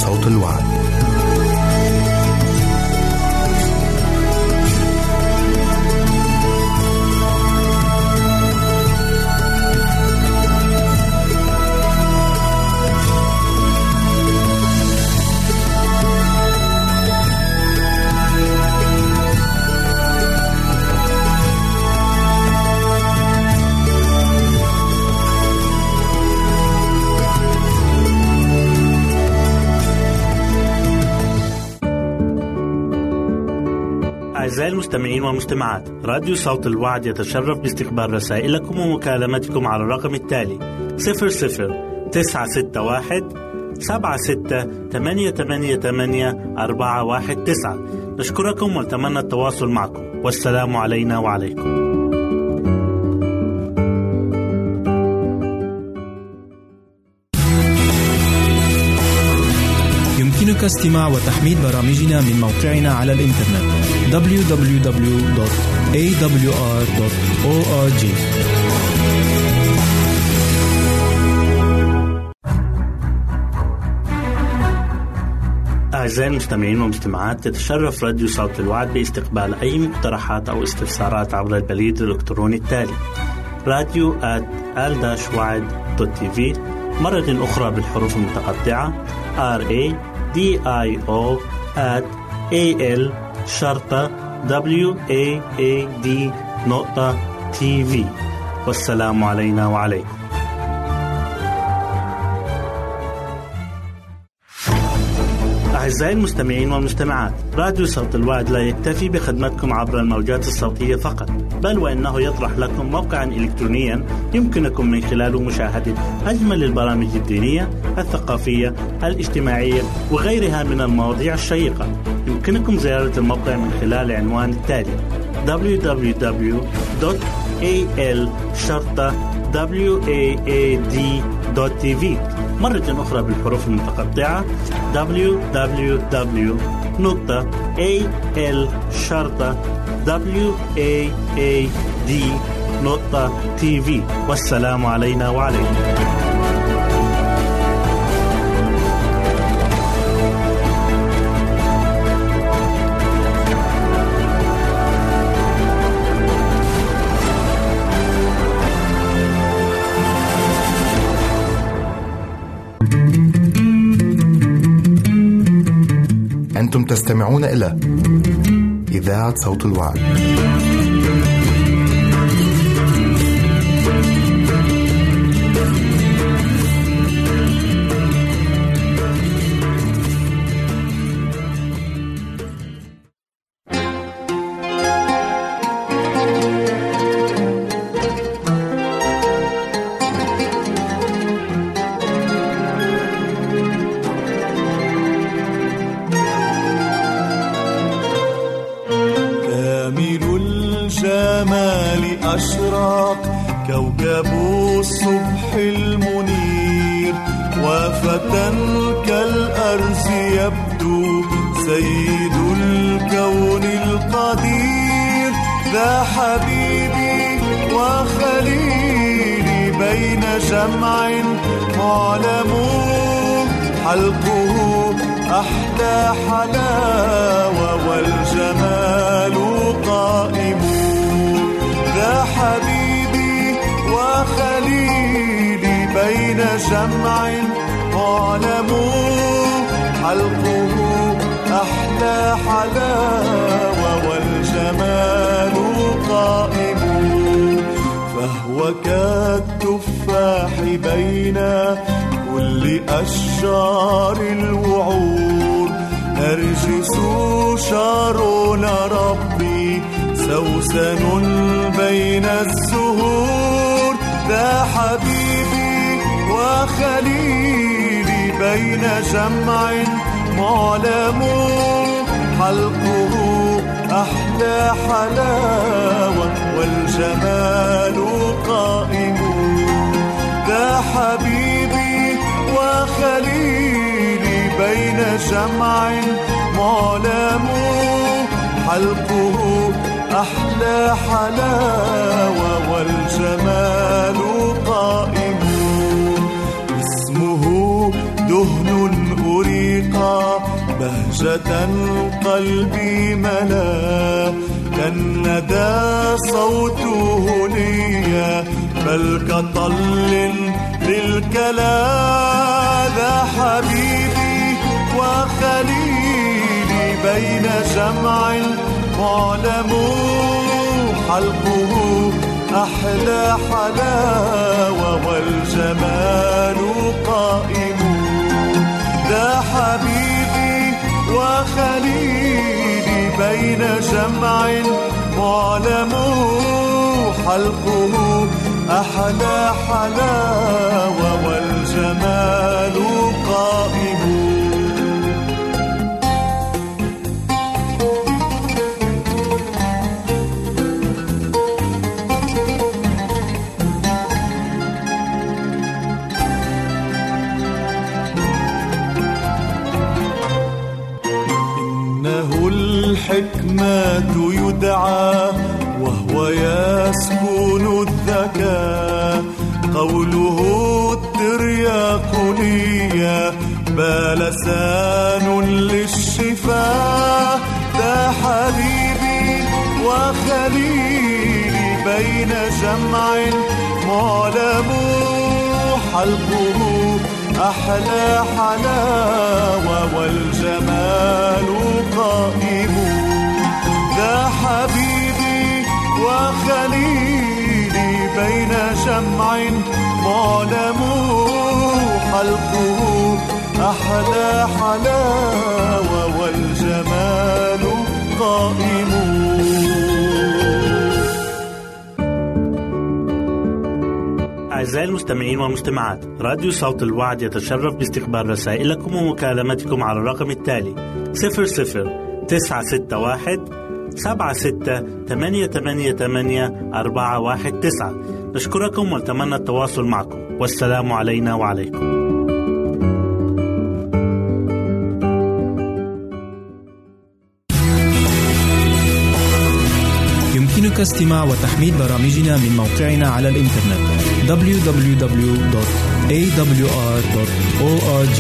صوت الوعد. أعزائي المستمعين والمستمعات، راديو صوت الوعد يتشرف باستقبال رسائلكم ومكالمتكم على الرقم التالي 00961 76888419. نشكركم ونتمنى التواصل معكم، والسلام علينا وعليكم. يمكنك استماع وتحميل برامجنا من موقعنا على الإنترنت www.awr.org. أعزائي المستمعين والمستمعات، تتشرف راديو صوت الوعد باستقبال أي مقترحات أو استفسارات عبر البريد الإلكتروني التالي radio@al-wad.tv، مرة أخرى بالحروف المتقطعة radio@al-wad.tv. والسلام علينا وعليكم. أعزائي المستمعين والمستمعات، راديو صوت الوعد لا يكتفي بخدمتكم عبر الموجات الصوتية فقط، بل وإنه يطرح لكم موقعا إلكترونيا يمكنكم من خلاله مشاهدة أجمل البرامج الدينية، الثقافية، الاجتماعية وغيرها من المواضيع الشيقة. يمكنكم زيارة الموقع من خلال عنوان التالي www.al-wad.tv، مرة أخرى بالحروف المتقطعة www.al-wad.tv. والسلام علينا وعليكم. أنتم تستمعون إلى إذاعة صوت الوعد. أشرق كوكب الصبح المنير، وفتى كالأرز يبدو سيد الكون القدير. ذا حبيبي وخليلي بين جمع معلم، حلقه أحلى حلاوة والجمال قائم. ذا حبيبي وخليلي بين جمع معلم، حلقه أحلى حلاوة والجمال قائم. فهو كالتفاح بين كل أشجار الوعور، نرجس شارون ربي سوسن بين الزهور. ذا حبيبي وخليلي بين جمع معلم، حلقه أحلى حلاوة والجمال قائم. ذا حبيبي وخليلي بين جمع معلم، حلقه أحلى حلاوة والجمال قائم. اسمه دهن أريق بهجة قلبي ملا، كالندى صوته لي، بل كطل للكلا. ذا حبيبي وخليلي بين جمع معلم، حلقه أحلى حلاوة والجمال قائم. ذا حبيبي وخليلي بين جمع معلم، حلقه أحلى حلاوة والجمال قائم. الحكمة يدعى وهو يسكن الذكاء، قوله الترياقونية بلسان للشفاء. ذا حبيبي وخليلي بين جمع معلم، حلقه أحلى حلاوة والجمال قائم. ذا حبيبي وخليلي بين جمع معلم، حلقه أحلى حلاوة والجمال قائم. أعزائي المستمعين والمستمعات، راديو صوت الوعد يتشرف باستقبال رسائلكم ومكالمتكم على الرقم التالي 00961 76888419. نشكركم ونتمنى التواصل معكم، والسلام علينا وعليكم. يمكنك استماع وتحميل برامجنا من موقعنا على الإنترنت www.awr.org.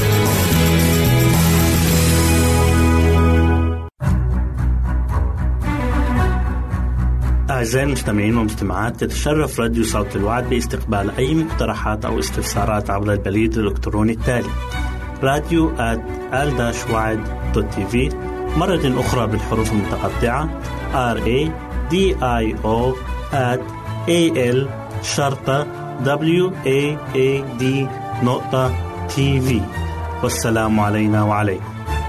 أعزائي المستمعين والمستمعات، يتشرف راديو صوت الوعد باستقبال أي مقترحات أو استفسارات عبر البريد الإلكتروني التالي radio@al-wad.tv، مرة أخرى بالحروف المتقطعة radio@al-wad.tv. والسلام علينا وعليكم.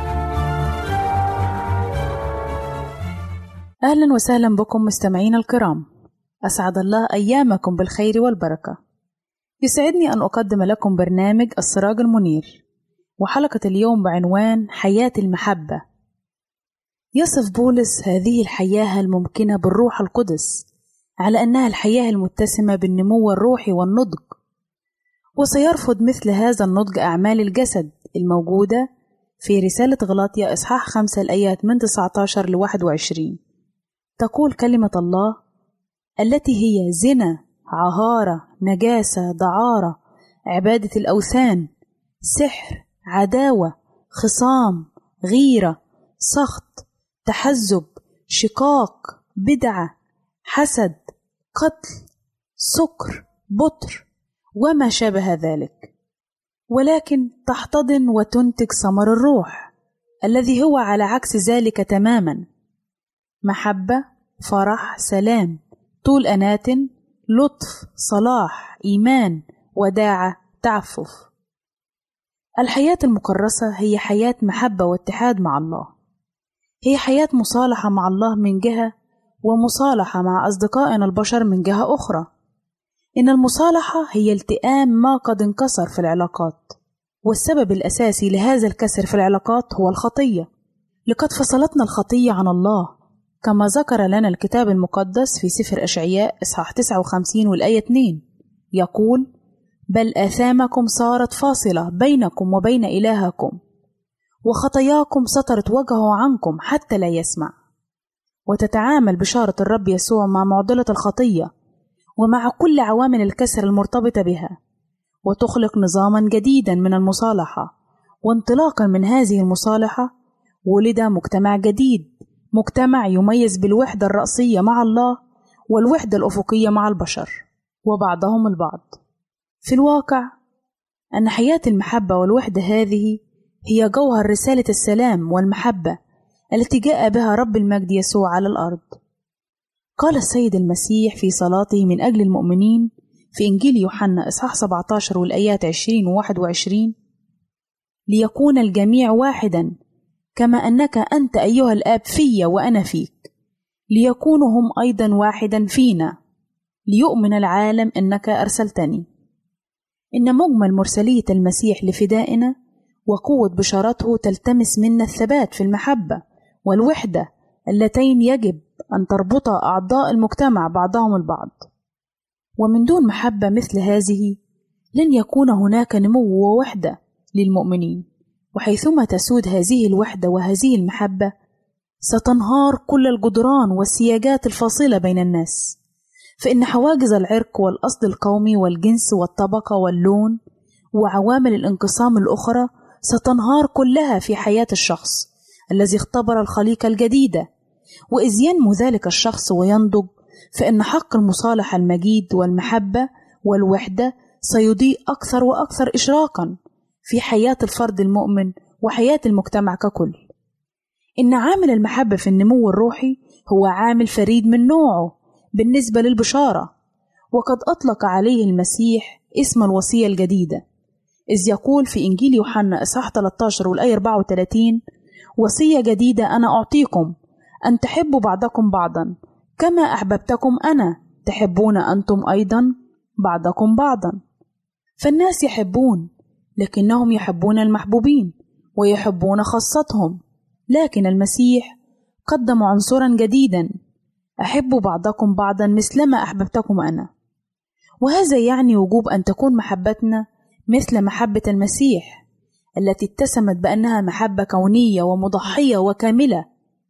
أهلا وسهلا بكم مستمعين الكرام، أسعد الله أيامكم بالخير والبركة. يسعدني أن أقدم لكم برنامج السراج المنير، وحلقة اليوم بعنوان حياة المحبة. يصف بولس هذه الحياة الممكنة بالروح القدس على أنها الحياة المتسمة بالنمو الروحي والنضج، وسيرفض مثل هذا النضج أعمال الجسد الموجودة في رسالة غلاطيا إصحاح 5 الآيات من 19 ل 21. تقول كلمة الله التي هي زنا، عهارة، نجاسة، دعارة، عبادة الأوثان، سحر، عداوة، خصام، غيرة، سخط، تحزب، شقاق، بدعة، حسد، قتل، سكر، بطر وما شابه ذلك، ولكن تحتضن وتنتج ثمر الروح الذي هو على عكس ذلك تماما: محبة، فرح، سلام، طول أنات، لطف، صلاح، إيمان، وداعة، تعفف. الحياة المكرسة هي حياة محبة واتحاد مع الله، هي حياة مصالحة مع الله من جهة، ومصالحة مع أصدقائنا البشر من جهة أخرى. إن المصالحة هي التئام ما قد انكسر في العلاقات، والسبب الأساسي لهذا الكسر في العلاقات هو الخطية. لقد فصلتنا الخطية عن الله، كما ذكر لنا الكتاب المقدس في سفر أشعياء إصحاح 59 والآية 2، يقول: بل آثامكم صارت فاصلة بينكم وبين إلهكم، وخطاياكم سترت وجهه عنكم حتى لا يسمع. وتتعامل بشارة الرب يسوع مع معضلة الخطية ومع كل عوامل الكسر المرتبطة بها، وتخلق نظاما جديدا من المصالحة وانطلاقا من هذه المصالحة ولد مجتمع جديد، مجتمع يميز بالوحدة الرأسية مع الله والوحدة الأفقية مع البشر وبعضهم البعض. في الواقع أن حياة المحبة والوحدة هذه هي جوهر رسالة السلام والمحبة التي جاء بها رب المجد يسوع على الأرض. قال السيد المسيح في صلاته من أجل المؤمنين في إنجيل يوحنا إصحاح 17 والآيات 20 و 21: ليكون الجميع واحدا كما أنك أنت أيها الآب في وأنا فيك، ليكونوا هم أيضا واحدا فينا، ليؤمن العالم أنك أرسلتني. إن مجمل مرسلية المسيح لفدائنا وقوة بشارته تلتمس منا الثبات في المحبة والوحدة اللتين يجب أن تربط أعضاء المجتمع بعضهم البعض. ومن دون محبة مثل هذه لن يكون هناك نمو ووحدة للمؤمنين، وحيثما تسود هذه الوحدة وهذه المحبة ستنهار كل الجدران والسياجات الفاصلة بين الناس، فإن حواجز العرق والأصل القومي والجنس والطبقة واللون وعوامل الانقسام الأخرى ستنهار كلها في حياة الشخص الذي اختبر الخليقة الجديدة. وإذ ينمو ذلك الشخص وينضج، فإن حق المصالحة المجيد والمحبة والوحدة سيضيء أكثر وأكثر إشراقا في حياة الفرد المؤمن وحياة المجتمع ككل. إن عامل المحبة في النمو الروحي هو عامل فريد من نوعه بالنسبة للبشارة، وقد أطلق عليه المسيح اسم الوصية الجديدة، إذ يقول في إنجيل يوحنا إصحاح 13 والآية 34: وصية جديدة أنا أعطيكم، أن تحبوا بعضكم بعضا كما أحببتكم أنا، تحبون أنتم أيضا بعضكم بعضا. فالناس يحبون، لكنهم يحبون المحبوبين ويحبون خاصتهم، لكن المسيح قدم عنصرا جديدا: أحبوا بعضكم بعضا مثلما أحببتكم أنا. وهذا يعني وجوب أن تكون محبتنا مثل محبة المسيح التي اتسمت بأنها محبة كونية ومضحية وكاملة.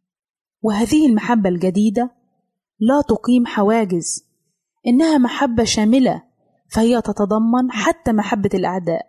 وهذه المحبة الجديدة لا تقيم حواجز، إنها محبة شاملة، فهي تتضمن حتى محبة الأعداء.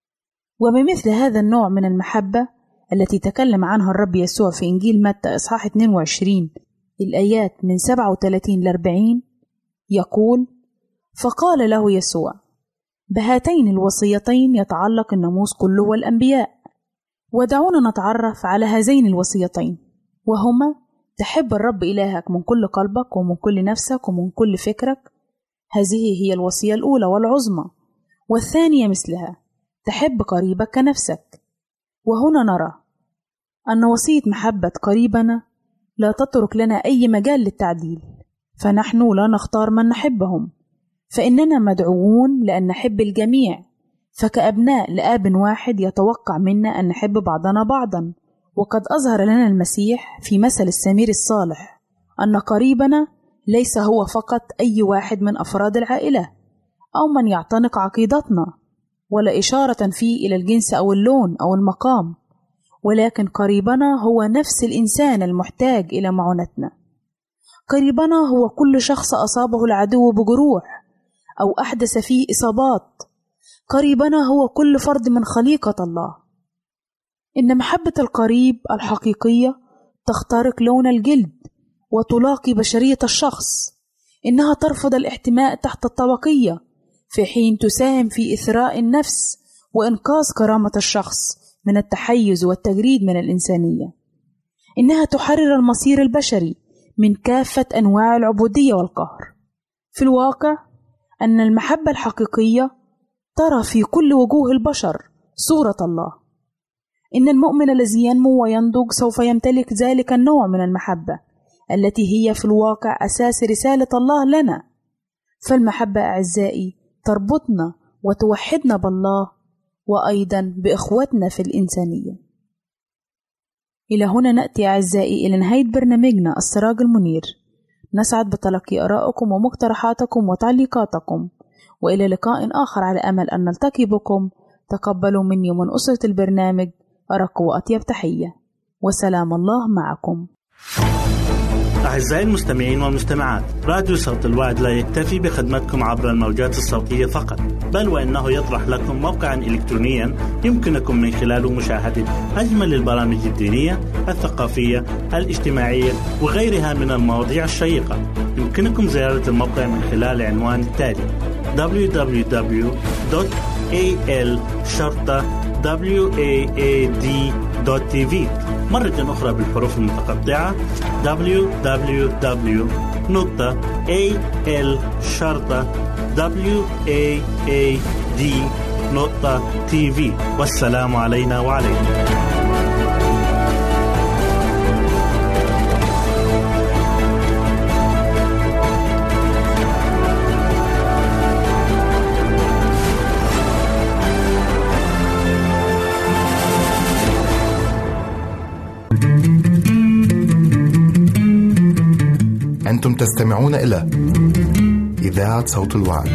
وبمثل هذا النوع من المحبة التي تكلم عنها الرب يسوع في إنجيل متى إصحاح 22 الآيات من 37 ل 40 يقول: فقال له يسوع: بهاتين الوصيتين يتعلق الناموس كله والأنبياء. ودعونا نتعرف على هذين الوصيتين، وهما: تحب الرب إلهك من كل قلبك ومن كل نفسك ومن كل فكرك، هذه هي الوصية الأولى والعظمى، والثانية مثلها: تحب قريبك كنفسك. وهنا نرى أن وصية محبة قريبنا لا تترك لنا أي مجال للتعديل، فنحن لا نختار من نحبهم، فإننا مدعوون لأن نحب الجميع، فكأبناء لآب واحد يتوقع منا أن نحب بعضنا بعضا. وقد أظهر لنا المسيح في مثل السمير الصالح أن قريبنا ليس هو فقط أي واحد من أفراد العائلة أو من يعتنق عقيدتنا، ولا إشارة فيه إلى الجنس أو اللون أو المقام، ولكن قريبنا هو نفس الإنسان المحتاج إلى معونتنا. قريبنا هو كل شخص أصابه العدو بجروح أو أحدث فيه إصابات. قريبنا هو كل فرد من خليقة الله. إن محبة القريب الحقيقية تخترق لون الجلد وتلاقي بشرية الشخص. إنها ترفض الاحتماء تحت الطبقية، في حين تساهم في إثراء النفس وإنقاذ كرامة الشخص من التحيز والتجريد من الإنسانية. إنها تحرر المصير البشري من كافة أنواع العبودية والقهر. في الواقع أن المحبة الحقيقية ترى في كل وجوه البشر صورة الله. إن المؤمن الذي ينمو وينضج سوف يمتلك ذلك النوع من المحبة التي هي في الواقع أساس رسالة الله لنا. فالمحبة أعزائي تربطنا وتوحدنا بالله وأيضا بإخوتنا في الإنسانية. إلى هنا نأتي أعزائي إلى نهاية برنامجنا السراج المنير. نسعد بتلقي آرائكم ومقترحاتكم وتعليقاتكم، وإلى لقاء آخر على أمل أن نلتقي بكم. تقبلوا مني ومن أسرة البرنامج أرق وأطيب تحية، وسلام الله معكم. أعزائي المستمعين والمستمعات، راديو صوت الوعد لا يكتفي بخدمتكم عبر الموجات الصوتية فقط، بل وإنه يطرح لكم موقعا إلكترونيا يمكنكم من خلاله مشاهدة أجمل البرامج الدينية، الثقافية، الاجتماعية وغيرها من المواضيع الشيقة. يمكنكم زيارة الموقع من خلال العنوان التالي: www.al-waad.tv. مرة أخرى بالحروف المتقطعة: www.al-waad.tv. والسلام علينا وعليكم. أنتم تستمعون إلى إذاعة صوت الوعد.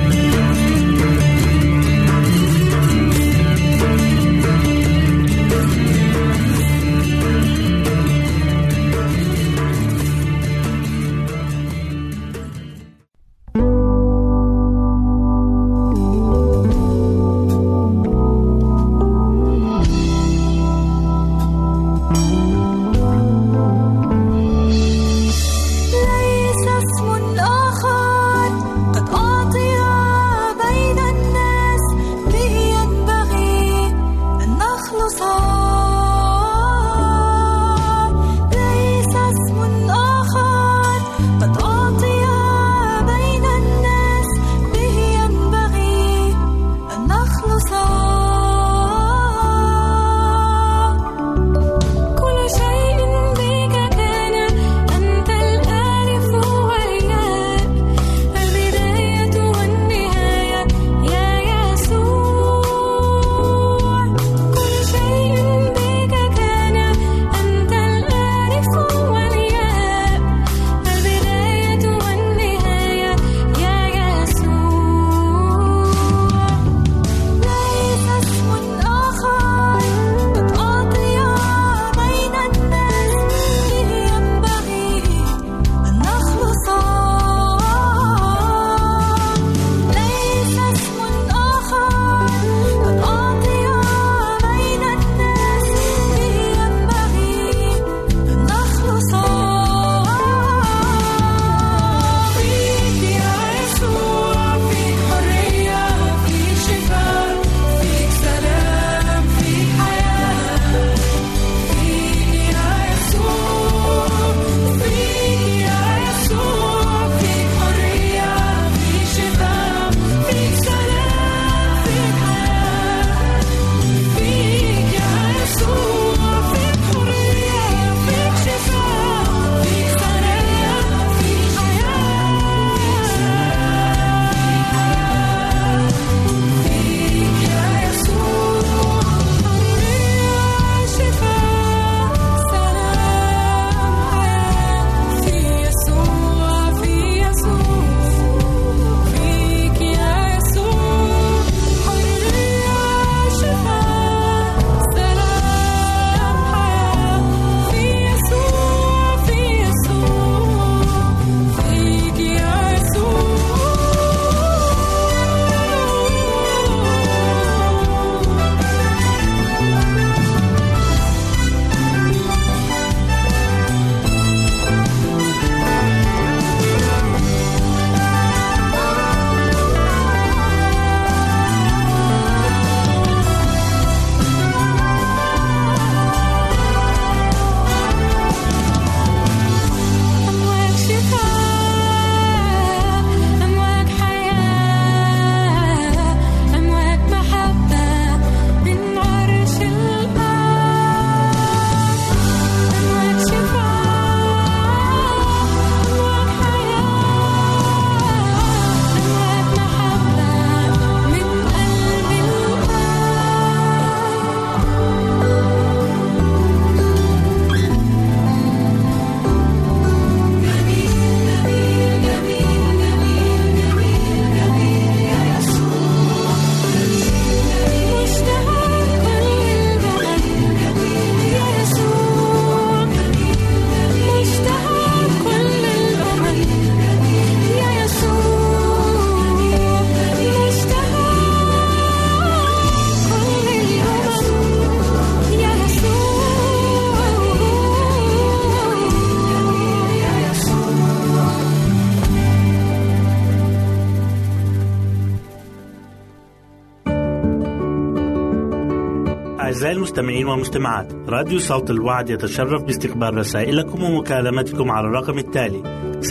المستمعين والمستمعات، راديو صوت الوعد يتشرف باستقبال رسائلكم ومكالمتكم على الرقم التالي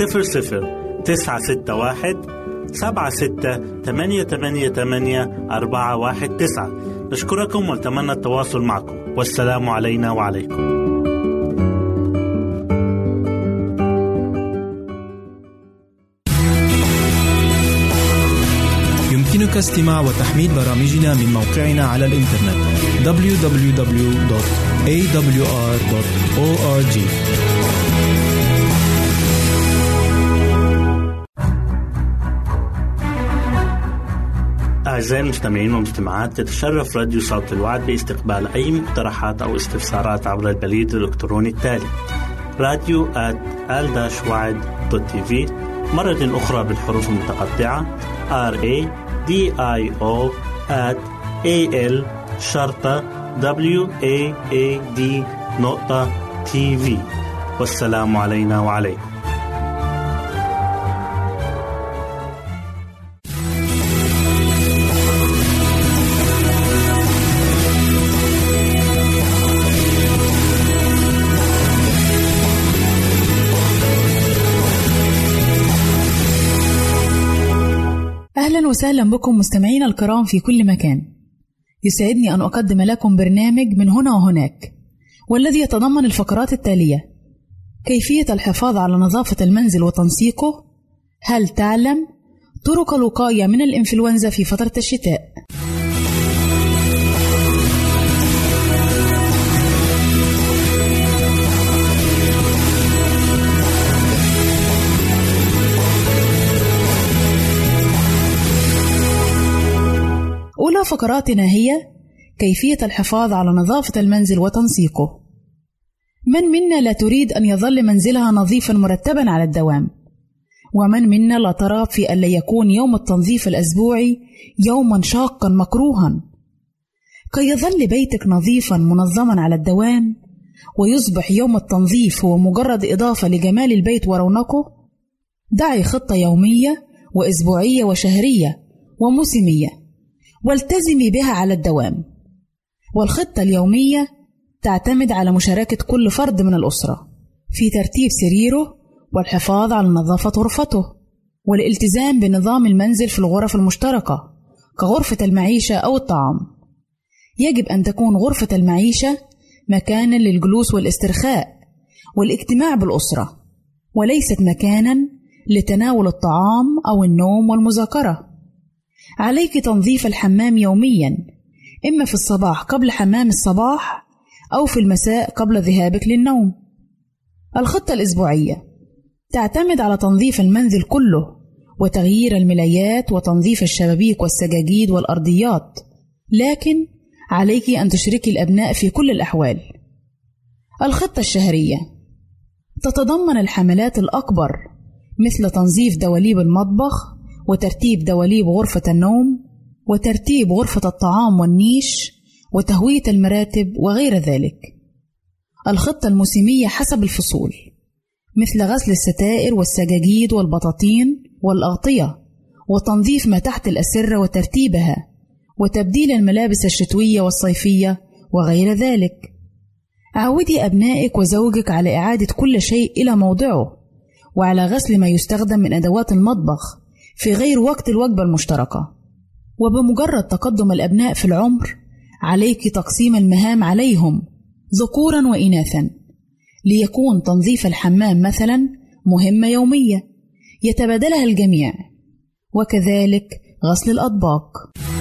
00961 76888419. نشكركم ونتمنى التواصل معكم، والسلام علينا وعليكم. يمكنك استماع وتحميل برامجنا من موقعنا على الإنترنت www.awr.org. أعزائي المستمعين والمستمعات، تتشرف راديو صوت الوعد باستقبال أي مقترحات أو استفسارات عبر البريد الإلكتروني التالي radio@al-wad.tv، مرة أخرى بالحروف المتقطعة radio@al-wad.tv. والسلام علينا وعليكم. أهلا وسهلا بكم مستمعين الكرام في كل مكان. يسعدني أن أقدم لكم برنامج من هنا وهناك، والذي يتضمن الفقرات التالية: كيفية الحفاظ على نظافة المنزل وتنسيقه، هل تعلم، طرق الوقاية من الإنفلونزا في فترة الشتاء. أولى فقراتنا هي كيفية الحفاظ على نظافة المنزل وتنسيقه. من منا لا تريد أن يظل منزلها نظيفا مرتبا على الدوام؟ ومن منا لا ترغب في ألا يكون يوم التنظيف الأسبوعي يوما شاقا مكروها؟ كي يظل بيتك نظيفا منظما على الدوام ويصبح يوم التنظيف هو مجرد إضافة لجمال البيت ورونقه، دعي خطة يومية وأسبوعية وشهرية وموسمية والتزمي بها على الدوام. والخطة اليومية تعتمد على مشاركة كل فرد من الأسرة في ترتيب سريره والحفاظ على نظافة غرفته، والالتزام بنظام المنزل في الغرف المشتركة كغرفة المعيشة أو الطعام. يجب أن تكون غرفة المعيشة مكانا للجلوس والاسترخاء والاجتماع بالأسرة، وليست مكانا لتناول الطعام أو النوم والمذاكرة. عليك تنظيف الحمام يوميا، إما في الصباح قبل حمام الصباح أو في المساء قبل ذهابك للنوم. الخطة الأسبوعية تعتمد على تنظيف المنزل كله وتغيير الملايات وتنظيف الشبابيك والسجاجيد والأرضيات، لكن عليك أن تشركي الأبناء في كل الأحوال. الخطة الشهرية تتضمن الحملات الأكبر، مثل تنظيف دواليب المطبخ وترتيب دواليب غرفة النوم وترتيب غرفة الطعام والنيش وتهوية المراتب وغير ذلك. الخطة الموسمية حسب الفصول، مثل غسل الستائر والسجاجيد والبطاطين والأغطية وتنظيف ما تحت الأسرة وترتيبها وتبديل الملابس الشتوية والصيفية وغير ذلك. عودي أبنائك وزوجك على إعادة كل شيء إلى موضعه، وعلى غسل ما يستخدم من أدوات المطبخ في غير وقت الوجبة المشتركة. وبمجرد تقدم الأبناء في العمر عليك تقسيم المهام عليهم ذكورا وإناثا، ليكون تنظيف الحمام مثلا مهمة يومية يتبادلها الجميع، وكذلك غسل الأطباق.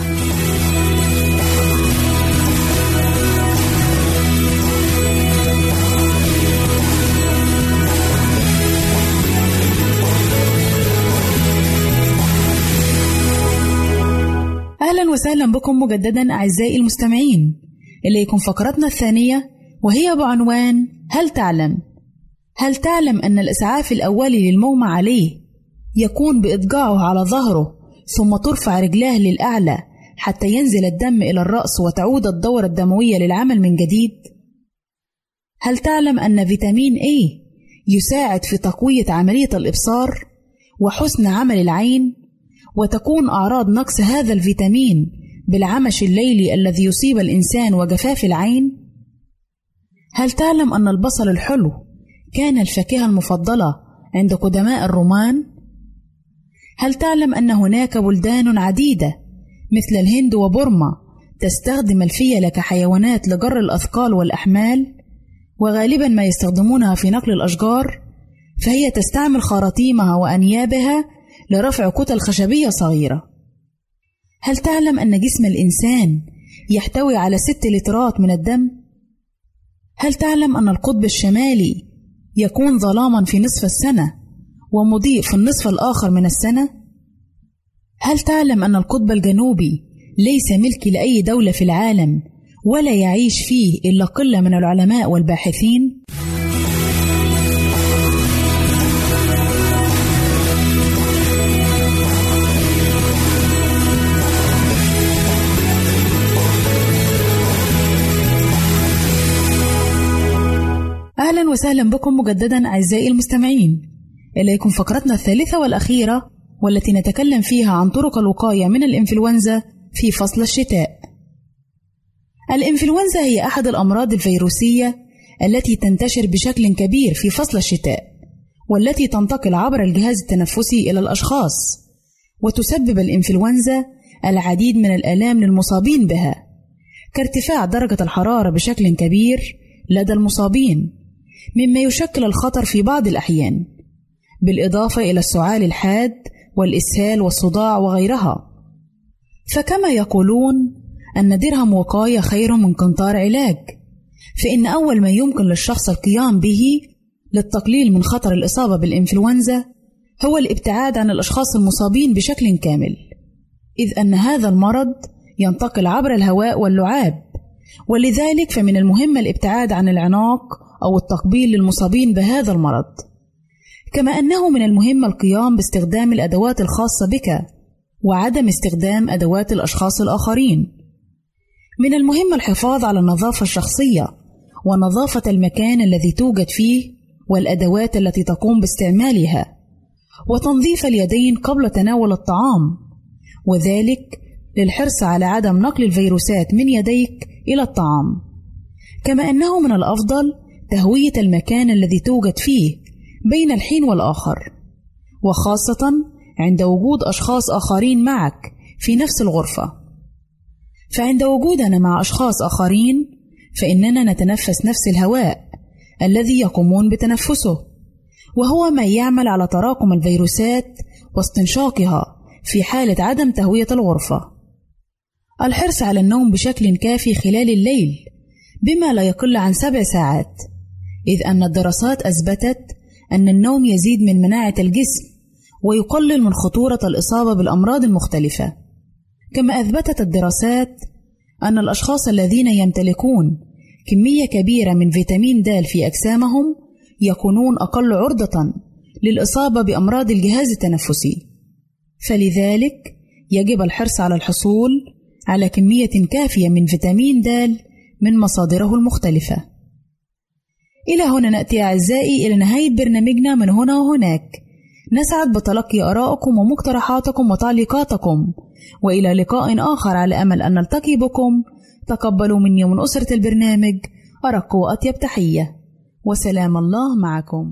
أهلا وسهلا بكم مجددا أعزائي المستمعين. إليكم فقرتنا الثانية، وهي بعنوان هل تعلم؟ هل تعلم أن الإسعاف الأولي للمغمى عليه يكون بإضجاعه على ظهره ثم ترفع رجلاه للأعلى حتى ينزل الدم إلى الرأس وتعود الدورة الدموية للعمل من جديد؟ هل تعلم أن فيتامين A يساعد في تقوية عملية الإبصار وحسن عمل العين، وتكون أعراض نقص هذا الفيتامين بالعمش الليلي الذي يصيب الإنسان وجفاف العين؟ هل تعلم أن البصل الحلو كان الفاكهة المفضلة عند قدماء الرومان؟ هل تعلم أن هناك بلدان عديدة مثل الهند وبورما تستخدم الفيلة كحيوانات لجر الأثقال والأحمال، وغالبا ما يستخدمونها في نقل الأشجار، فهي تستعمل خراطيمها وأنيابها لرفع كتل خشبية صغيرة. هل تعلم أن جسم الإنسان يحتوي على 6 لترات من الدم؟ هل تعلم أن القطب الشمالي يكون ظلاما في نصف السنة ومضيء في النصف الآخر من السنة؟ هل تعلم أن القطب الجنوبي ليس ملك لأي دولة في العالم ولا يعيش فيه إلا قلة من العلماء والباحثين؟ أهلا وسهلا بكم مجددا أعزائي المستمعين، إليكم فقرتنا الثالثة والأخيرة والتي نتكلم فيها عن طرق الوقاية من الإنفلونزا في فصل الشتاء. الإنفلونزا هي أحد الأمراض الفيروسية التي تنتشر بشكل كبير في فصل الشتاء، والتي تنتقل عبر الجهاز التنفسي إلى الأشخاص، وتسبب الإنفلونزا العديد من الآلام للمصابين بها، كارتفاع درجة الحرارة بشكل كبير لدى المصابين، مما يشكل الخطر في بعض الأحيان، بالإضافة إلى السعال الحاد والإسهال والصداع وغيرها. فكما يقولون أن درهم وقاية خير من قنطار علاج، فإن أول ما يمكن للشخص القيام به للتقليل من خطر الإصابة بالإنفلونزا هو الابتعاد عن الأشخاص المصابين بشكل كامل، إذ أن هذا المرض ينتقل عبر الهواء واللعاب، ولذلك فمن المهم الابتعاد عن العناق أو التقبيل للمصابين بهذا المرض، كما أنه من المهم القيام باستخدام الأدوات الخاصة بك وعدم استخدام أدوات الأشخاص الآخرين. من المهم الحفاظ على النظافة الشخصية ونظافة المكان الذي توجد فيه والأدوات التي تقوم باستعمالها، وتنظيف اليدين قبل تناول الطعام، وذلك للحرص على عدم نقل الفيروسات من يديك إلى الطعام. كما أنه من الأفضل تهوية المكان الذي توجد فيه بين الحين والآخر، وخاصة عند وجود أشخاص آخرين معك في نفس الغرفة. فعند وجودنا مع أشخاص آخرين فإننا نتنفس نفس الهواء الذي يقومون بتنفسه، وهو ما يعمل على تراكم الفيروسات واستنشاقها في حالة عدم تهوية الغرفة. الحرص على النوم بشكل كافي خلال الليل بما لا يقل عن 7 ساعات، إذ أن الدراسات أثبتت أن النوم يزيد من مناعة الجسم ويقلل من خطورة الإصابة بالأمراض المختلفة. كما أثبتت الدراسات أن الأشخاص الذين يمتلكون كمية كبيرة من فيتامين د في أجسامهم يكونون أقل عرضة للإصابة بأمراض الجهاز التنفسي، فلذلك يجب الحرص على الحصول على كمية كافية من فيتامين د من مصادره المختلفة. إلى هنا نأتي أعزائي إلى نهاية برنامجنا من هنا وهناك. نسعد بتلقي آرائكم ومقترحاتكم وتعليقاتكم، وإلى لقاء آخر على أمل أن نلتقي بكم. تقبلوا مني ومن أسرة البرنامج أرق وأطيب تحية، وسلام الله معكم.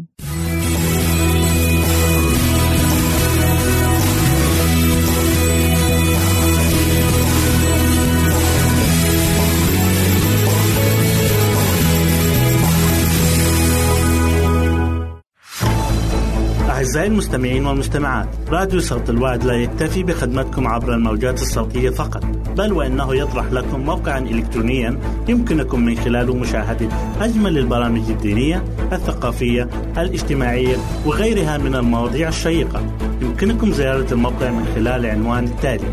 أعزائي المستمعين والمستمعات، راديو صوت الوعد لا يكتفي بخدمتكم عبر الموجات الصوتية فقط، بل وإنه يطرح لكم موقعا إلكترونيا يمكنكم من خلاله مشاهدة أجمل البرامج الدينية، الثقافية، الاجتماعية وغيرها من المواضيع الشيقة. يمكنكم زيارة الموقع من خلال العنوان التالي: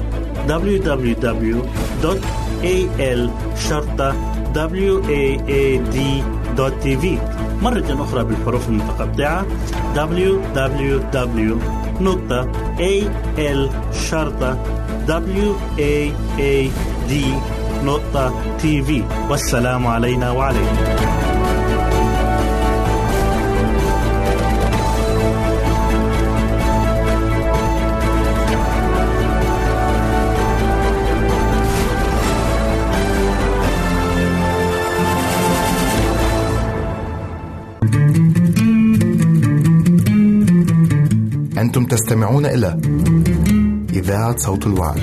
www.al-waad.tv. مرة أخرى بالحروف المتقطعة: www.al-waad.tv. والسلام علينا وعليكم. أنتم تستمعون إلى إذاعة صوت الوعد.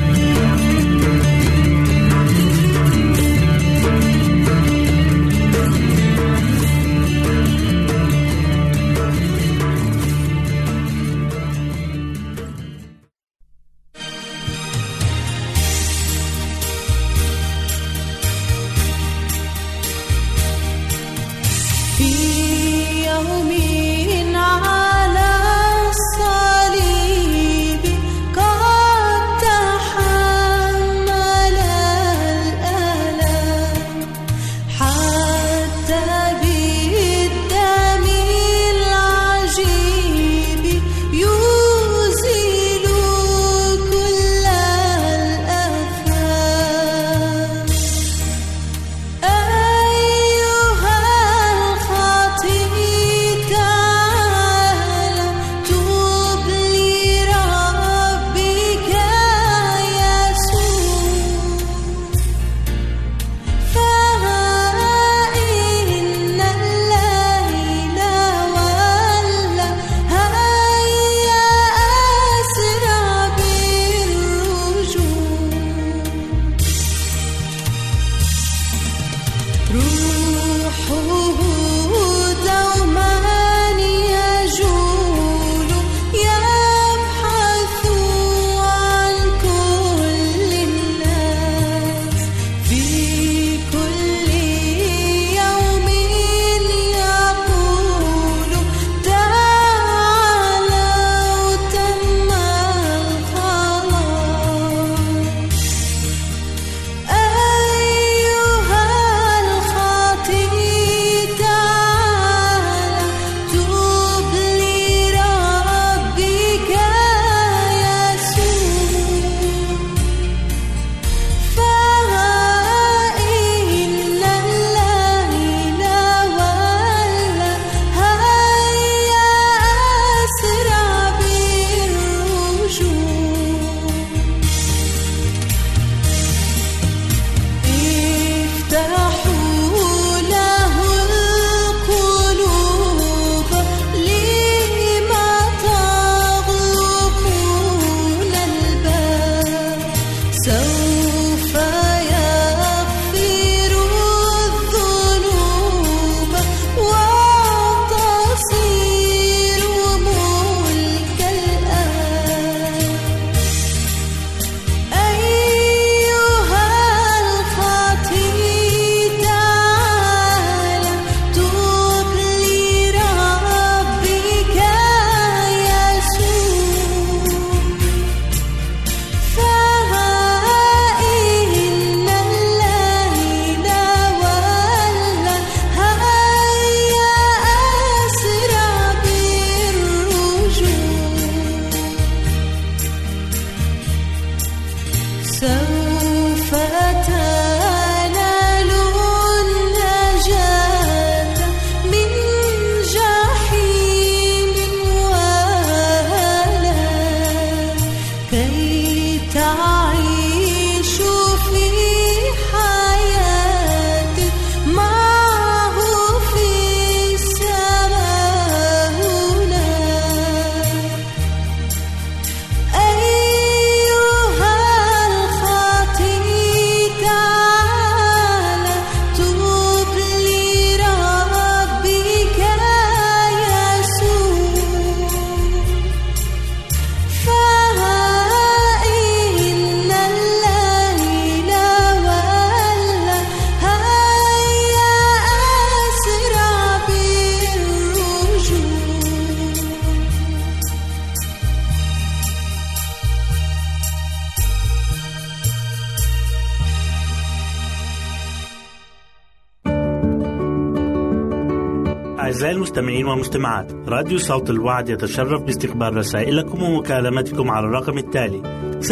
أعزائي المستمعين والمستمعات، راديو صوت الوعد يتشرف باستقبال رسائلكم ومكالمتكم على الرقم التالي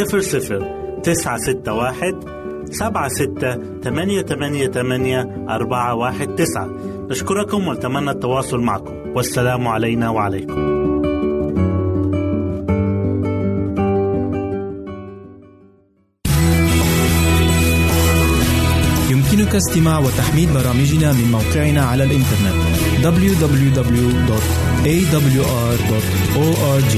00961 76888419. نشكركم ونتمنى التواصل معكم، والسلام علينا وعليكم. يمكنك استماع وتحميل برامجنا من موقعنا على الإنترنت www.awr.org.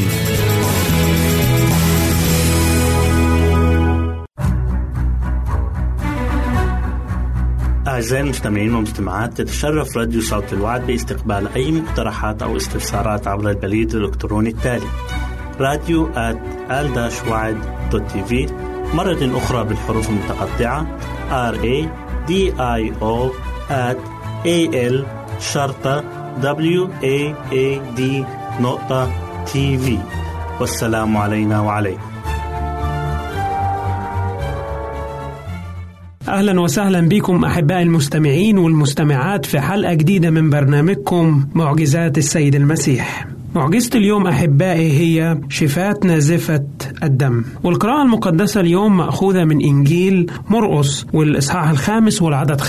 أعزائي المستمعين والمستمعات، تتشرف راديو صوت الوعد باستقبال أي مقترحات أو استفسارات عبر البريد الإلكتروني التالي radio@al-wad.tv، مرة أخرى بالحروف المتقطعة radio@al-wad.tv. والسلام علينا وعليكم. أهلا وسهلا بكم أحبائي المستمعين والمستمعات في حلقة جديدة من برنامجكم معجزات السيد المسيح. معجزة اليوم أحبائي هي شفاة نازفة الدم، والقراءة المقدسة اليوم مأخوذة من إنجيل مرقس والإصحاح 5 والعدد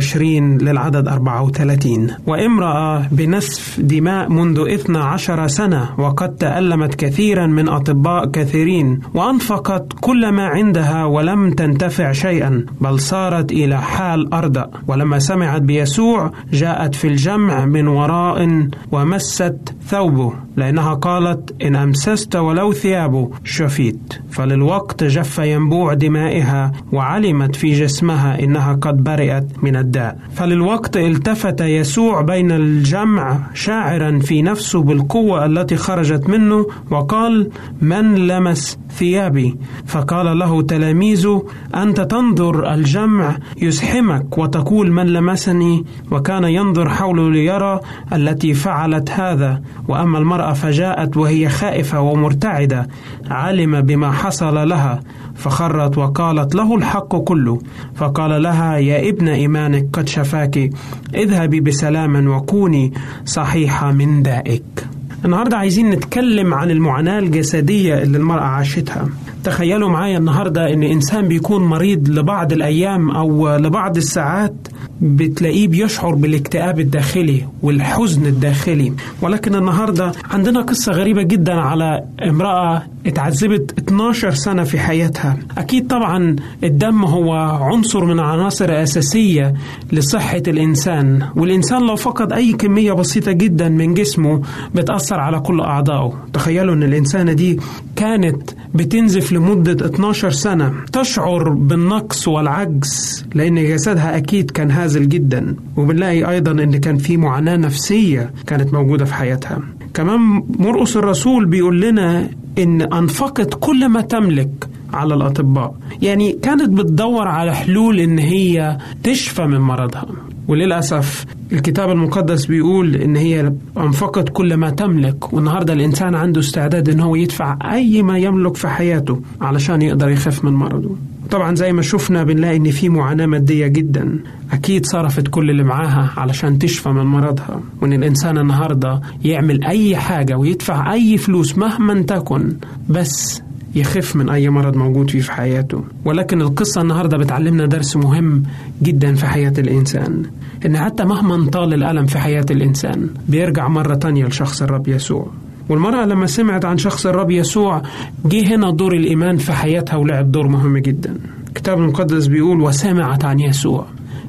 25 للعدد 34. وامرأة بنسف دماء منذ 12 سنة، وقد تألمت كثيرا من أطباء كثيرين، وأنفقت كل ما عندها ولم تنتفع شيئا، بل صارت إلى حال أرض. ولما سمعت بيسوع جاءت في الجمع من وراء ومست ثوبه، لأنها قالت: إن أمسست ولو ثيابه شفيت. فللوقت جف ينبوع دمائها، وعلمت في جسمها إنها قد برئت من الداء. فللوقت التفت يسوع بين الجمع شاعرا في نفسه بالقوة التي خرجت منه، وقال: من لمس ثيابي؟ فقال له تلاميذه: أنت تنظر الجمع يزحمك وتقول من لمسني؟ وكان ينظر حوله ليرى التي فعلت هذا. وأما المرأة فجاءت وهي خائفة ومرتعدة، علم بما حصل لها، فخرت وقالت له الحق كله. فقال لها: يا ابن إيمانك قد شفاك، اذهبي بسلام وكوني صحيحة من دائك. النهاردة عايزين نتكلم عن المعاناة الجسدية اللي المرأة عاشتها. تخيلوا معايا النهاردة إن إنسان بيكون مريض لبعض الأيام أو لبعض الساعات، بتلاقيه بيشعر بالاكتئاب الداخلي والحزن الداخلي. ولكن النهاردة عندنا قصة غريبة جدا على امرأة اتعذبت 12 سنة في حياتها. أكيد طبعا الدم هو عنصر من عناصر أساسية لصحة الإنسان، والإنسان لو فقد أي كمية بسيطة جدا من جسمه بتأثر على كل أعضائه. تخيلوا أن الإنسانة دي كانت بتنزف لمدة 12 سنة، تشعر بالنقص والعجز لأن جسدها أكيد كان هازل جدا. وبنلاقي أيضا أن كان في معاناة نفسية كانت موجودة في حياتها. كمان مرقس الرسول بيقول لنا إن أنفقت كل ما تملك على الأطباء، يعني كانت بتدور على حلول إن هي تشفى من مرضها. وللأسف الكتاب المقدس بيقول إن هي أنفقت كل ما تملك، والنهاردة الإنسان عنده استعداد إن هو يدفع أي ما يملك في حياته علشان يقدر يخف من مرضه. طبعا زي ما شفنا بنلاقي إن في معاناة مادية جدا، أكيد صرفت كل اللي معاها علشان تشفى من مرضها. وإن الإنسان النهاردة يعمل أي حاجة ويدفع أي فلوس مهما تكن بس يخف من أي مرض موجود فيه في حياته. ولكن القصة النهاردة بتعلمنا درس مهم جدا في حياة الإنسان، إن حتى مهما طال الألم في حياة الإنسان بيرجع مرة تانية لشخص الرب يسوع. والمرأة لما سمعت عن شخص الرب يسوع جه هنا دور الإيمان في حياتها ولعب دور مهم جدا. الكتاب المقدس بيقول: وسمعت عن يسوع.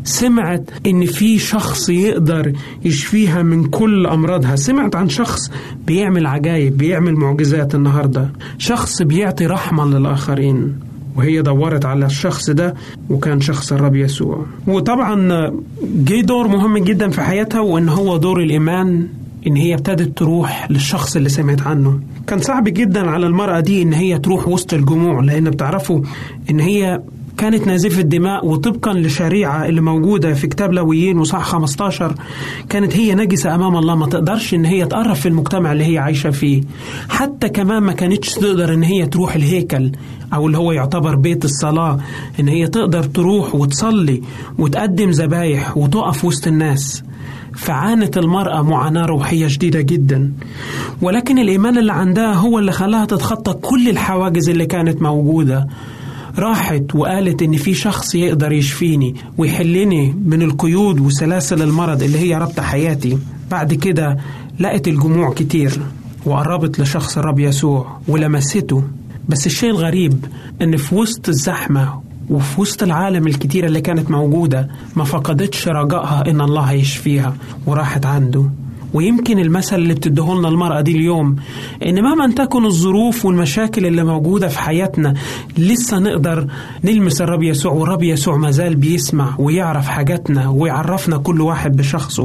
سمعت إن في شخص يقدر يشفيها من كل أمراضها. سمعت عن شخص بيعمل عجائب، بيعمل معجزات النهاردة، شخص بيعطي رحمة للآخرين. وهي دورت على الشخص ده، وكان شخص الرب يسوع. وطبعا جه دور مهم جدا في حياتها، وإن هو دور الإيمان، إن هي ابتدت تروح للشخص اللي سمعت عنه. كان صعب جدا على المرأة دي إن هي تروح وسط الجموع، لأن بتعرفوا إن هي كانت نازفة دماء، وطبقا للشريعة اللي موجودة في كتاب لاويين وصح 15 كانت هي نجسة أمام الله، ما تقدرش إن هي تقرب في المجتمع اللي هي عايشة فيه. حتى كمان ما كانتش تقدر إن هي تروح الهيكل أو اللي هو يعتبر بيت الصلاة، إن هي تقدر تروح وتصلي وتقدم ذبايح وتقف وسط الناس. فعانت المرأة معاناة روحية شديدة جدا، ولكن الإيمان اللي عندها هو اللي خلاها تتخطى كل الحواجز اللي كانت موجودة. راحت وقالت إن في شخص يقدر يشفيني ويحلني من القيود وسلاسل المرض اللي هي ربط حياتي. بعد كده لقت الجموع كتير وقربت لشخص الرب يسوع ولمسته. بس الشيء الغريب إن في وسط الزحمة وفي وسط العالم الكتيرة اللي كانت موجودة ما فقدتش رجائها إن الله هيشفيها وراحت عنده. ويمكن المثل اللي بتدهولنا المرأة دي اليوم إن مهما تكن الظروف والمشاكل اللي موجودة في حياتنا لسه نقدر نلمس الرب يسوع، والرب يسوع مازال بيسمع ويعرف حاجاتنا ويعرفنا كل واحد بشخصه.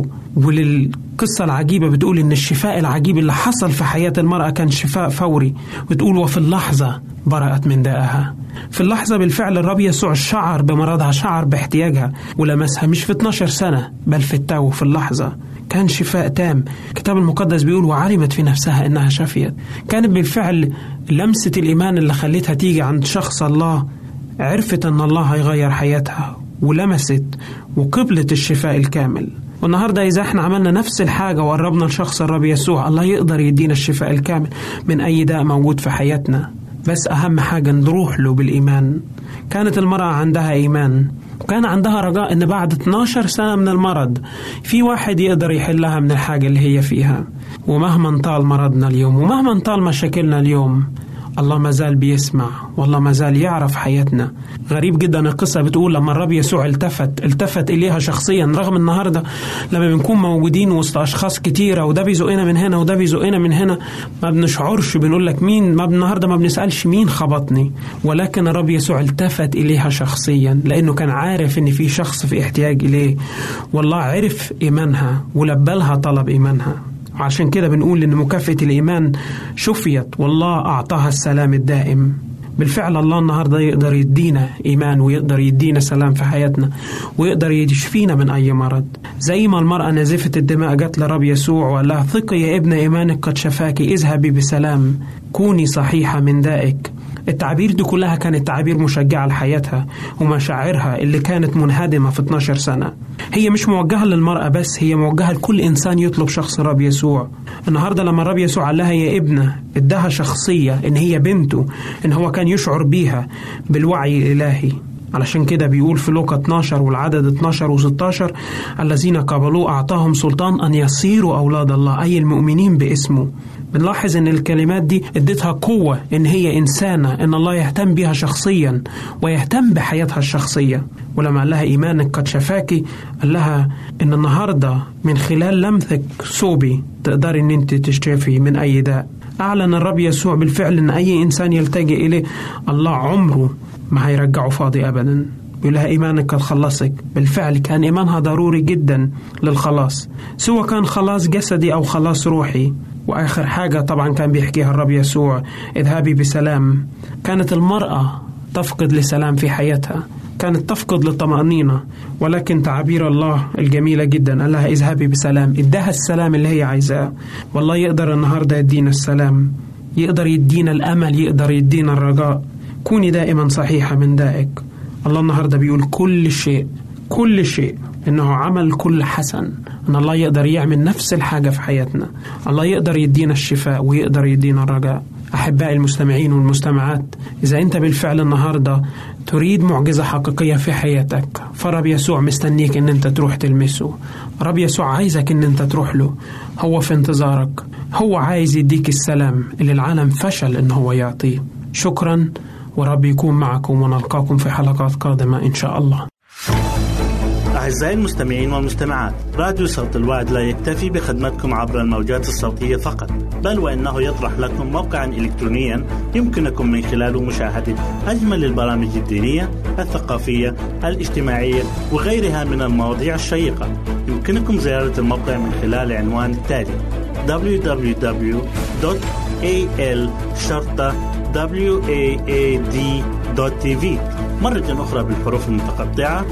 وللقصة العجيبة بتقول إن الشفاء العجيب اللي حصل في حياة المرأة كان شفاء فوري، بتقول وفي اللحظة برأت من دائها. في اللحظة بالفعل الرب يسوع شعر بمرضها، شعر باحتياجها ولمسها، مش في 12 سنة بل في التو، في اللحظة كان شفاء تام. الكتاب المقدس بيقول وعلمت في نفسها إنها شفيت. كانت بالفعل لمسة الإيمان اللي خلتها تيجي عند شخص الله، عرفت أن الله هيغير حياتها ولمست وقبلت الشفاء الكامل. والنهاردة إذا احنا عملنا نفس الحاجة وقربنا لشخص الرب يسوع، الله يقدر يدينا الشفاء الكامل من أي داء موجود في حياتنا، بس أهم حاجة نروح له بالإيمان. كانت المرأة عندها إيمان وكان عندها رجاء إن بعد 12 سنة من المرض في واحد يقدر يحلها من الحاجة اللي هي فيها. ومهما طال مرضنا اليوم ومهما طال مشاكلنا اليوم، الله مازال بيسمع والله مازال يعرف حياتنا. غريب جدا القصة بتقول لما الرب يسوع التفت إليها شخصيا، رغم النهاردة لما بنكون موجودين وسط أشخاص كتيرة وده بيزقنا من هنا وده بيزقنا من هنا ما بنشعرش، بنقول لك مين، ما النهاردة ما بنسألش مين خبطني، ولكن الرب يسوع التفت إليها شخصيا لأنه كان عارف إن في شخص في احتياج إليه، والله عرف إيمانها ولبلها طلب إيمانها. عشان كده بنقول إن مكافأة الإيمان شفيت والله أعطاها السلام الدائم. بالفعل الله النهاردة يقدر يدينا إيمان ويقدر يدينا سلام في حياتنا ويقدر يشفينا من أي مرض. زي ما المرأة نازفة الدماء جت لرب يسوع وقال لها ثقي يا ابن إيمانك قد شفاك، اذهبي بسلام كوني صحيحة من دائك. التعبير دي كلها كانت تعبير مشجعة لحياتها ومشاعرها اللي كانت منهدمة في 12 سنة. هي مش موجهة للمرأة بس، هي موجهة لكل إنسان يطلب شخص الرب يسوع. النهاردة لما الرب يسوع قال لها يا ابنة، ادها شخصية إن هي بنته، إن هو كان يشعر بيها بالوعي الإلهي. علشان كده بيقول في لوقا 12 والعدد 12 و16 الذين قبلوه أعطاهم سلطان أن يصيروا أولاد الله، أي المؤمنين باسمه. بنلاحظ ان الكلمات دي ادتها قوة ان هي انسانة، ان الله يهتم بها شخصيا ويهتم بحياتها الشخصية. ولما قال لها ايمانك قد شفاكي، قال لها ان النهاردة من خلال لمسك ثوبي تقدر ان انت تشتفي من اي داء. اعلن الرب يسوع بالفعل ان اي انسان يلتجئ اليه الله عمره ما هيرجعه فاضي ابدا. بيقول لها إيمانك قد خلصك. بالفعل كان إيمانها ضروري جدا للخلاص، سواء كان خلاص جسدي أو خلاص روحي. وآخر حاجة طبعا كان بيحكيها الرب يسوع اذهبي بسلام. كانت المرأة تفقد لسلام في حياتها، كانت تفقد للطمأنينة، ولكن تعبير الله الجميلة جدا قال لها اذهبي بسلام، ادها السلام اللي هي عايزاه. والله يقدر النهاردة يدينا السلام، يقدر يدينا الأمل، يقدر يدينا الرجاء. كوني دائما صحيحة من دائك. الله النهاردة بيقول كل شيء إنه عمل كل حسن، إن الله يقدر يعمل نفس الحاجة في حياتنا. الله يقدر يدينا الشفاء ويقدر يدينا الرجاء. أحبائي المستمعين والمستمعات، إذا أنت بالفعل النهاردة تريد معجزة حقيقية في حياتك، فرب يسوع مستنيك إن أنت تروح تلمسه. رب يسوع عايزك إن أنت تروح له، هو في انتظارك، هو عايز يديك السلام اللي العالم فشل إن هو يعطيه. شكرا، ورب يكون معكم ونلقاكم في حلقات قادمة إن شاء الله. أعزائي المستمعين والمستمعات، راديو صوت الوعد لا يكتفي بخدمتكم عبر الموجات الصوتية فقط، بل وإنه يطرح لكم موقعا إلكترونيا يمكنكم من خلاله مشاهدة أجمل البرامج الدينية، الثقافية، الاجتماعية وغيرها من المواضيع الشيقة. يمكنكم زيارة الموقع من خلال عنوان التالي www.al-waad.tv. مرة أخرى بالحروف المتقطعة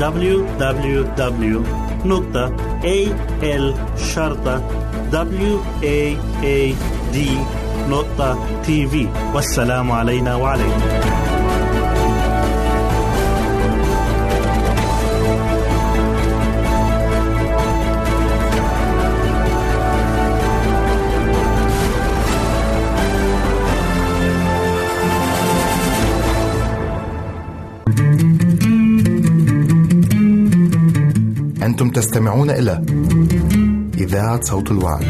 www.al-waad.tv. والسلام علينا وعليكم. أنتم تستمعون إلى إذاعة صوت الوعد.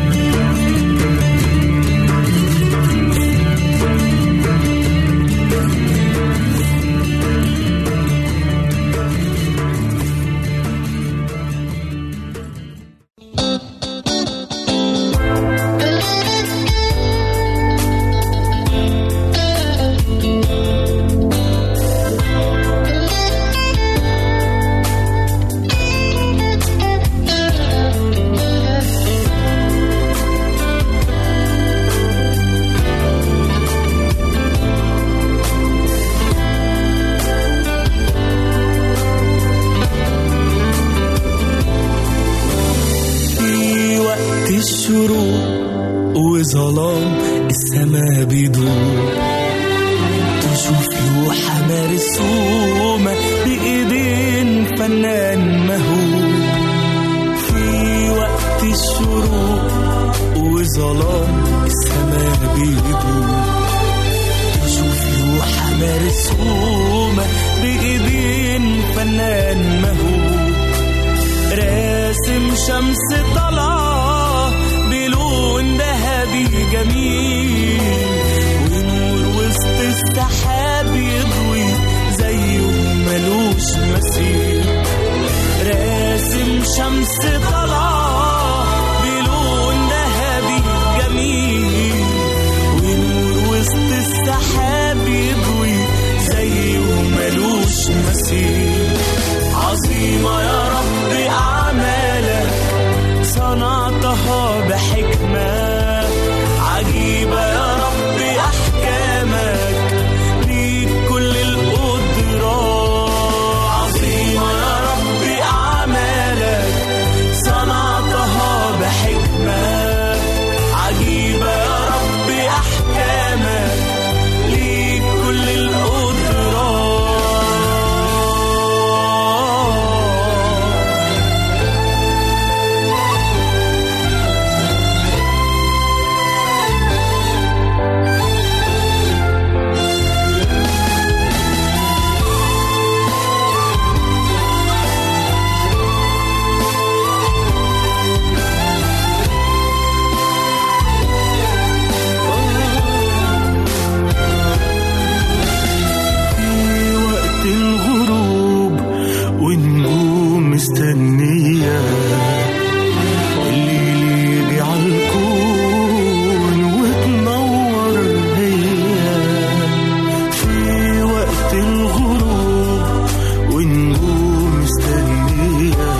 الشروق وظلام السما بيدور، تشوف لوحة مرسومة بإيدين فنان مهوب في وقت الشروق وظلام السما بيدور، تشوف لوحة مرسومة بإيدين فنان مهوب راسم شمس طلعة بلون ذهبي جميل، ونور وسط السحاب يضوي زيه ملوش مثيل، راسم شمس طلعة بلون ذهبي جميل، ونور وسط السحاب يضوي زيه ملوش مثيل. عظيمة يا رب أعمالك صنعتها بحكمة، عجيبة يا رب أحكامك ليك كل القدرة، عظيمة يا رب أعمالك صنعتها بحكمة، عجيبة يا رب أحكامك ليك كل القدرة. مستنية الليل يجي عالكون وتنور هي في وقت الغروب، ونجوم مستنية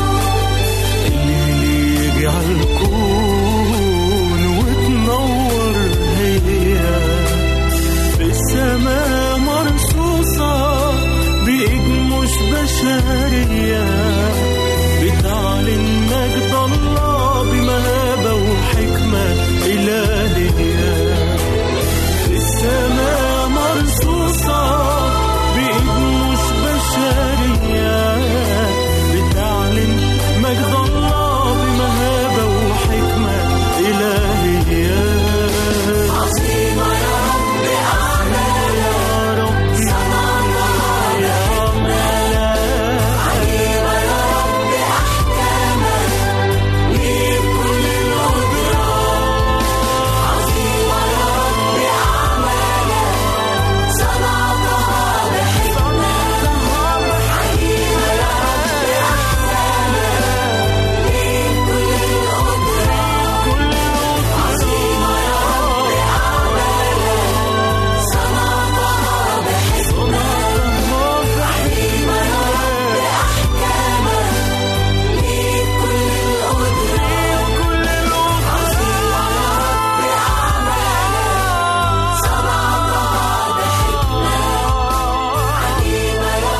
الليل يجي عالكون وتنور هي في السماء مرصوصة بإيد مش بشرية، بتعلن مجد الله بمهابة وحكمة إلهية، في السماء مرصوصة بإيد مش بشرية، بتعلن مجد الله بمهابة وحكمة إلهية. عظيمة يا رب أعمالك يا رب صنعتها بحكمة، عجيبة يا رب أحكامك ليك كل القدرة، عظيمة يا رب أعمالك صنعتها بحكمة، عجيبة يا رب أحكامك ليك كل القدرة، عظيمة يا رب أعمالك صنعتها بحكمة، عجيبة يا رب أحكامك ليك كل القدرة، عظيمة يا رب أعمالك صنعتها بحكمة، عجيبة يا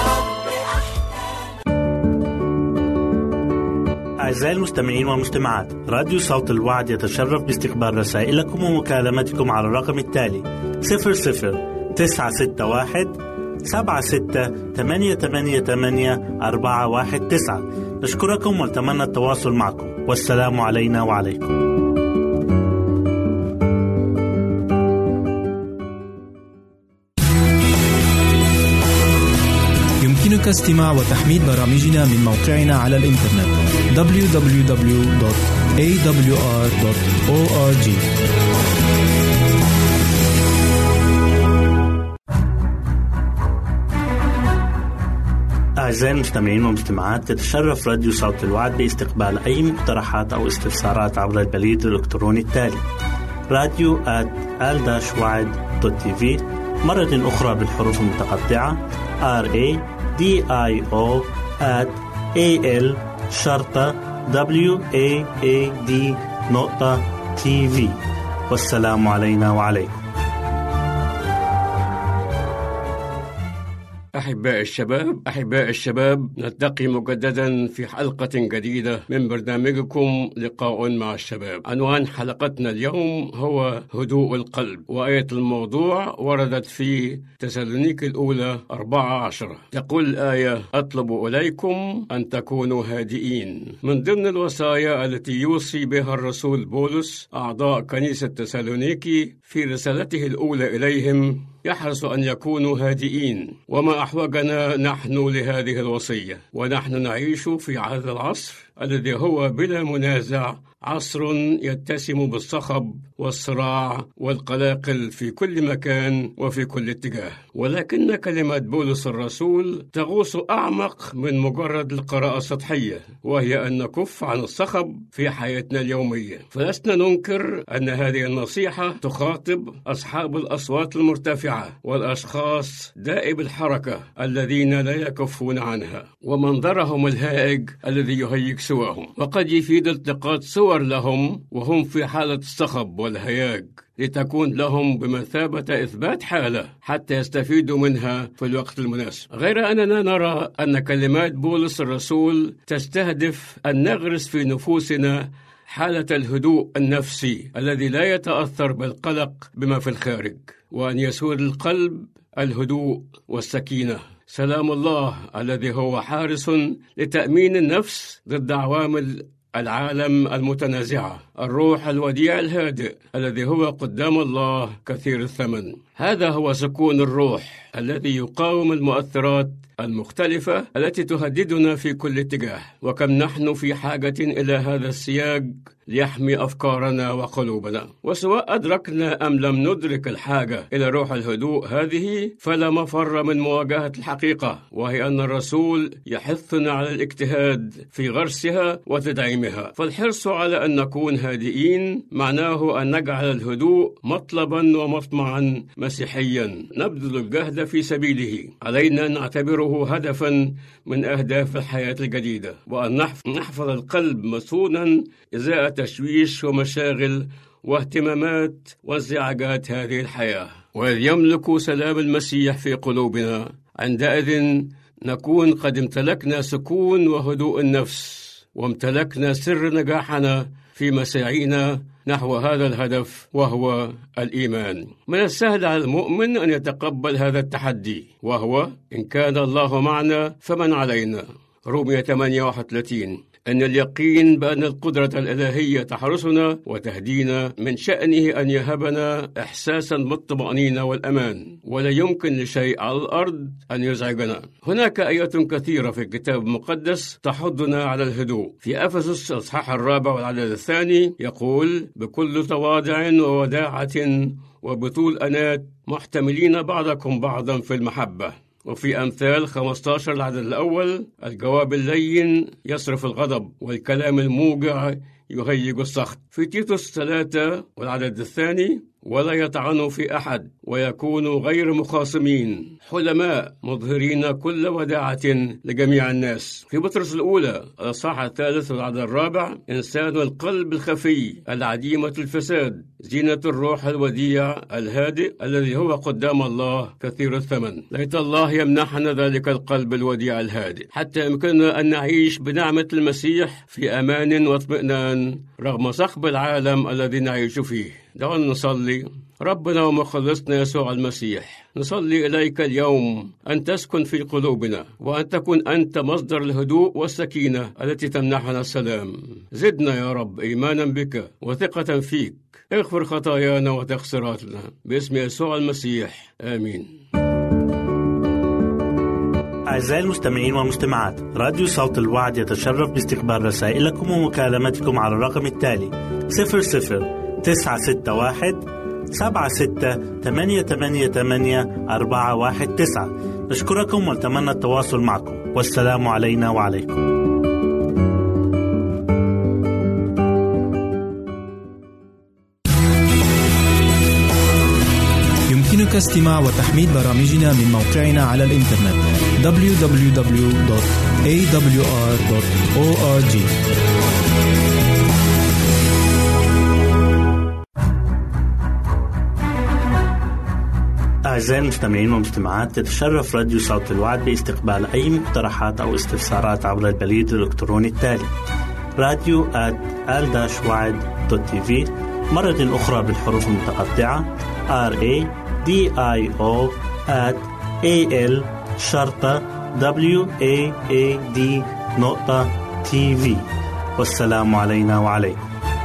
رب. أعزائي المستمعين والمستمعات، راديو صوت الوعد يتشرف باستقبال رسائلكم ومكالمتكم على الرقم التالي 00-961 76-88-419. نشكركم ونتمنى التواصل معكم، والسلام علينا وعليكم. يمكنك استماع وتحميل برامجنا من موقعنا على الإنترنت www.awr.org. أعزائي المستمعين والمستمعات، تتشرف راديو صوت الوعد باستقبال أي مقترحات أو استفسارات عبر البريد الإلكتروني التالي radio@al-wad.tv، مرة أخرى بالحروف المتقطعة radio@al-wad.tv. والسلام علينا وعليكم. أحباء الشباب نلتقي مجددا في حلقة جديدة من برنامجكم لقاء مع الشباب. عنوان حلقتنا اليوم هو هدوء القلب، وآية الموضوع وردت في تسالونيك الأولى 14. تقول الآية: أطلب إليكم أن تكونوا هادئين. من ضمن الوصايا التي يوصي بها الرسول بولس أعضاء كنيسة تسالونيكي في رسالته الأولى إليهم يحرص أن يكونوا هادئين. وما أحوجنا نحن لهذه الوصية ونحن نعيش في هذا العصر الذي هو بلا منازع عصر يتسم بالصخب والصراع والقلاقل في كل مكان وفي كل اتجاه، ولكن كلمة بولس الرسول تغوص أعمق من مجرد القراءة السطحية، وهي أن نكف عن الصخب في حياتنا اليومية. فلسنا ننكر أن هذه النصيحة تخاطب أصحاب الأصوات المرتفعة والأشخاص دائب الحركة الذين لا يكفون عنها، ومنظرهم الهائج الذي يهيج سواهم، وقد يفيد التقاط صور لهم وهم في حالة الصخب والهياج لتكون لهم بمثابة إثبات حالة حتى يستفيدوا منها في الوقت المناسب. غير أننا نرى أن كلمات بولس الرسول تستهدف أن نغرس في نفوسنا حالة الهدوء النفسي الذي لا يتأثر بالقلق بما في الخارج، وأن يسود القلب الهدوء والسكينة. سلام الله الذي هو حارس لتأمين النفس ضد عوامل العالم المتنازعة، الروح الوديع الهادئ الذي هو قدام الله كثير الثمن. هذا هو سكون الروح الذي يقاوم المؤثرات المختلفة التي تهددنا في كل اتجاه، وكم نحن في حاجة إلى هذا السياج ليحمي أفكارنا وقلوبنا. وسواء أدركنا أم لم ندرك الحاجة إلى روح الهدوء هذه، فلا مفر من مواجهة الحقيقة، وهي أن الرسول يحثنا على الاجتهاد في غرسها وتدعيمها. فالحرص على أن نكون هادئين معناه أن نجعل الهدوء مطلبا ومطمعا مسيحيا نبذل الجهد في سبيله. علينا أن نعتبره هدفا من أهداف الحياة الجديدة، وأن نحفظ القلب مسونا إزاء تشويش ومشاغل واهتمامات وانزعاجات هذه الحياة. وإذ يملك سلام المسيح في قلوبنا، عندئذ نكون قد امتلكنا سكون وهدوء النفس، وامتلكنا سر نجاحنا في مساعينا نحو هذا الهدف، وهو الإيمان. من السهل على المؤمن أن يتقبل هذا التحدي، وهو إن كان الله معنا فمن علينا. رومية 8:31. أن اليقين بأن القدرة الإلهية تحرسنا وتهدينا من شأنه أن يهبنا إحساسا بالطمأنينة والأمان، ولا يمكن لشيء على الأرض أن يزعجنا. هناك آيات كثيرة في الكتاب المقدس تحضنا على الهدوء. في أفسس الإصحاح 4 والعدد 2 يقول: بكل تواضع ووداعة وبطول أنات محتملين بعضكم بعضا في المحبة. وفي أمثال 15 العدد الأول: الجواب اللين يصرف الغضب، والكلام الموجع يهيج السخط. في تيتوس 3 والعدد 2: ولا يطعنوا في أحد، ويكونوا غير مخاصمين، حلماء، مظهرين كل وداعة لجميع الناس. في بطرس الأولى الإصحاح 3 والعدد 4: إنسان القلب الخفي العديمة الفساد، زينة الروح الوديع الهادئ الذي هو قدام الله كثير الثمن. ليت الله يمنحنا ذلك القلب الوديع الهادئ حتى يمكننا أن نعيش بنعمة المسيح في أمان واطمئنان رغم صخب العالم الذي نعيش فيه. دعونا نصلي. ربنا ومخلصنا يسوع المسيح، نصلي إليك اليوم أن تسكن في قلوبنا، وأن تكون أنت مصدر الهدوء والسكينة التي تمنحنا السلام. زدنا يا رب إيمانا بك وثقة فيك. اغفر خطايانا وتقصيراتنا باسم يسوع المسيح، آمين. أعزائي المستمعين والمستمعات، راديو صوت الوعد يتشرف باستقبال رسائلكم ومكالمتكم على الرقم التالي: 00-961-76-88-419. نشكركم ونتمنى التواصل معكم، والسلام علينا وعليكم. يمكنك استماع وتحميل برامجنا من موقعنا على الإنترنت www.awr.org. أعزائي المستمعين والمستمعات، تتشرف راديو صوت الوعد باستقبال أي مقترحات أو استفسارات عبر البريد الإلكتروني التالي radio@al-wad.tv، مرة أخرى بالحروف المتقطعة radio@al-wad.tv. والسلام علينا وعليكم.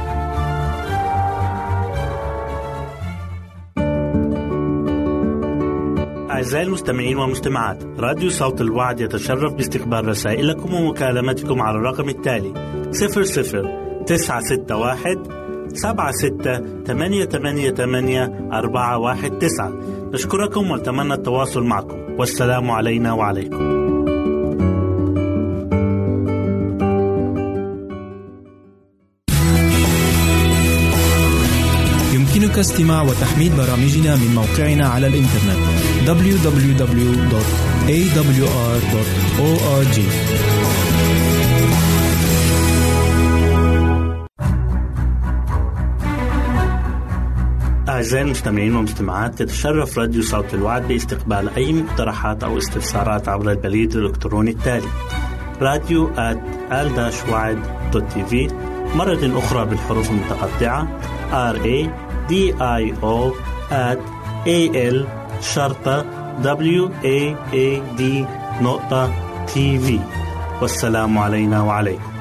أعزائي المستمعين والمستمعات، راديو صوت الوعد يتشرف باستقبال رسائلكم ومكالمتكم على الرقم التالي 00-961-76-88-419. نشكركم ونتمنى التواصل معكم، والسلام علينا وعليكم. يمكنك استماع وتحميل برامجنا من موقعنا على الإنترنت www.awr.org. أعزائي المستمعين والمستمعات، تتشرف راديو صوت الوعد باستقبال أي مقترحات أو استفسارات عبر البريد الإلكتروني التالي radio@al-wad.tv، مرة أخرى بالحروف المتقطعة radio@al-wad.tv. والسلام علينا وعليكم.